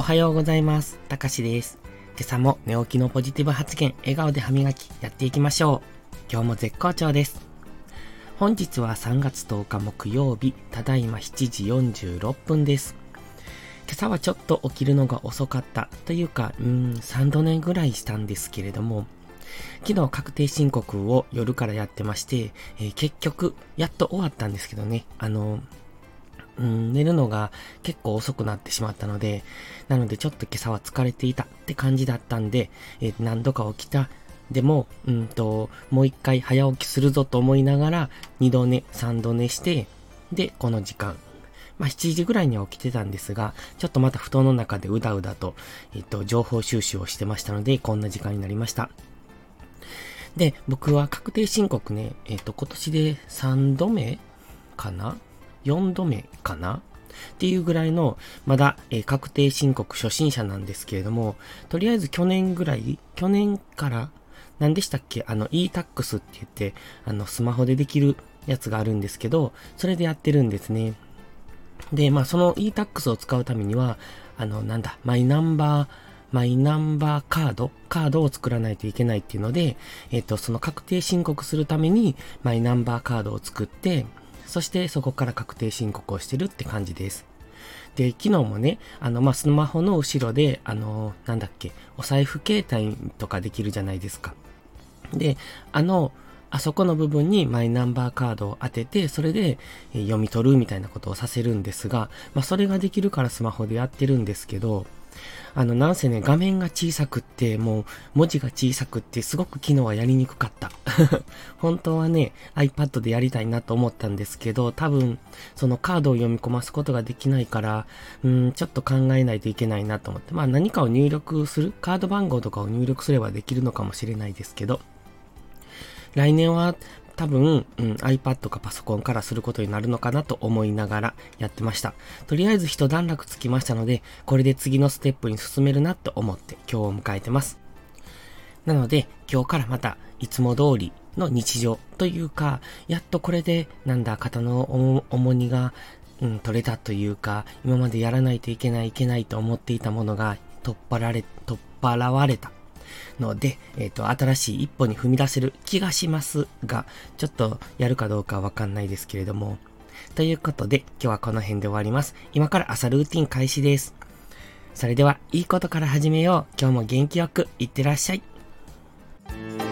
はようございます。たかしです。今朝も寝起きのポジティブ発言、笑顔で歯磨きやっていきましょう。今日も絶好調です。本日は3月10日木曜日、ただいま7時46分です。今朝はちょっと起きるのが遅かったというか、3度寝ぐらいしたんですけれども、昨日確定申告を夜からやってまして、結局やっと終わったんですけどね、寝るのが結構遅くなってしまったので、なのでちょっと今朝は疲れていたって感じだったんで、何度か起きた。でも、もう一回早起きするぞと思いながら、2度寝、3度寝して、で、この時間。7時ぐらいには起きてたんですが、ちょっとまた布団の中でうだうだと、情報収集をしてましたので、こんな時間になりました。で、僕は確定申告ね、今年で3度目かな4度目かなっていうぐらいの、まだ、確定申告初心者なんですけれども、とりあえず去年から、何でしたっけe-tax って言って、スマホでできるやつがあるんですけど、それでやってるんですね。で、その e-tax を使うためには、マイナンバーカードを作らないといけないっていうので、その確定申告するために、マイナンバーカードを作って、そしてそこから確定申告をしてるって感じです。で、昨日もね、スマホの後ろで、お財布携帯とかできるじゃないですか。で、あそこの部分にマイナンバーカードを当てて、それで読み取るみたいなことをさせるんですが、それができるからスマホでやってるんですけど、なんせね、画面が小さくって、もう、文字が小さくって、すごく昨日はやりにくかった。本当はね、iPad でやりたいなと思ったんですけど、多分、そのカードを読み込ますことができないから、ちょっと考えないといけないなと思って、何かを入力する、カード番号とかを入力すればできるのかもしれないですけど、来年は多分、iPad かパソコンからすることになるのかなと思いながらやってました。とりあえず一段落つきましたので、これで次のステップに進めるなと思って今日を迎えてます。なので、今日からまたいつも通りの日常というか、やっとこれで肩の重荷が、取れたというか、今までやらないといけないと思っていたものが取っ払われた。ので、新しい一歩に踏み出せる気がしますが、ちょっとやるかどうかわかんないですけれども。ということで、今日はこの辺で終わります。今から朝ルーティン開始です。それでは、いいことから始めよう。今日も元気よくいってらっしゃい。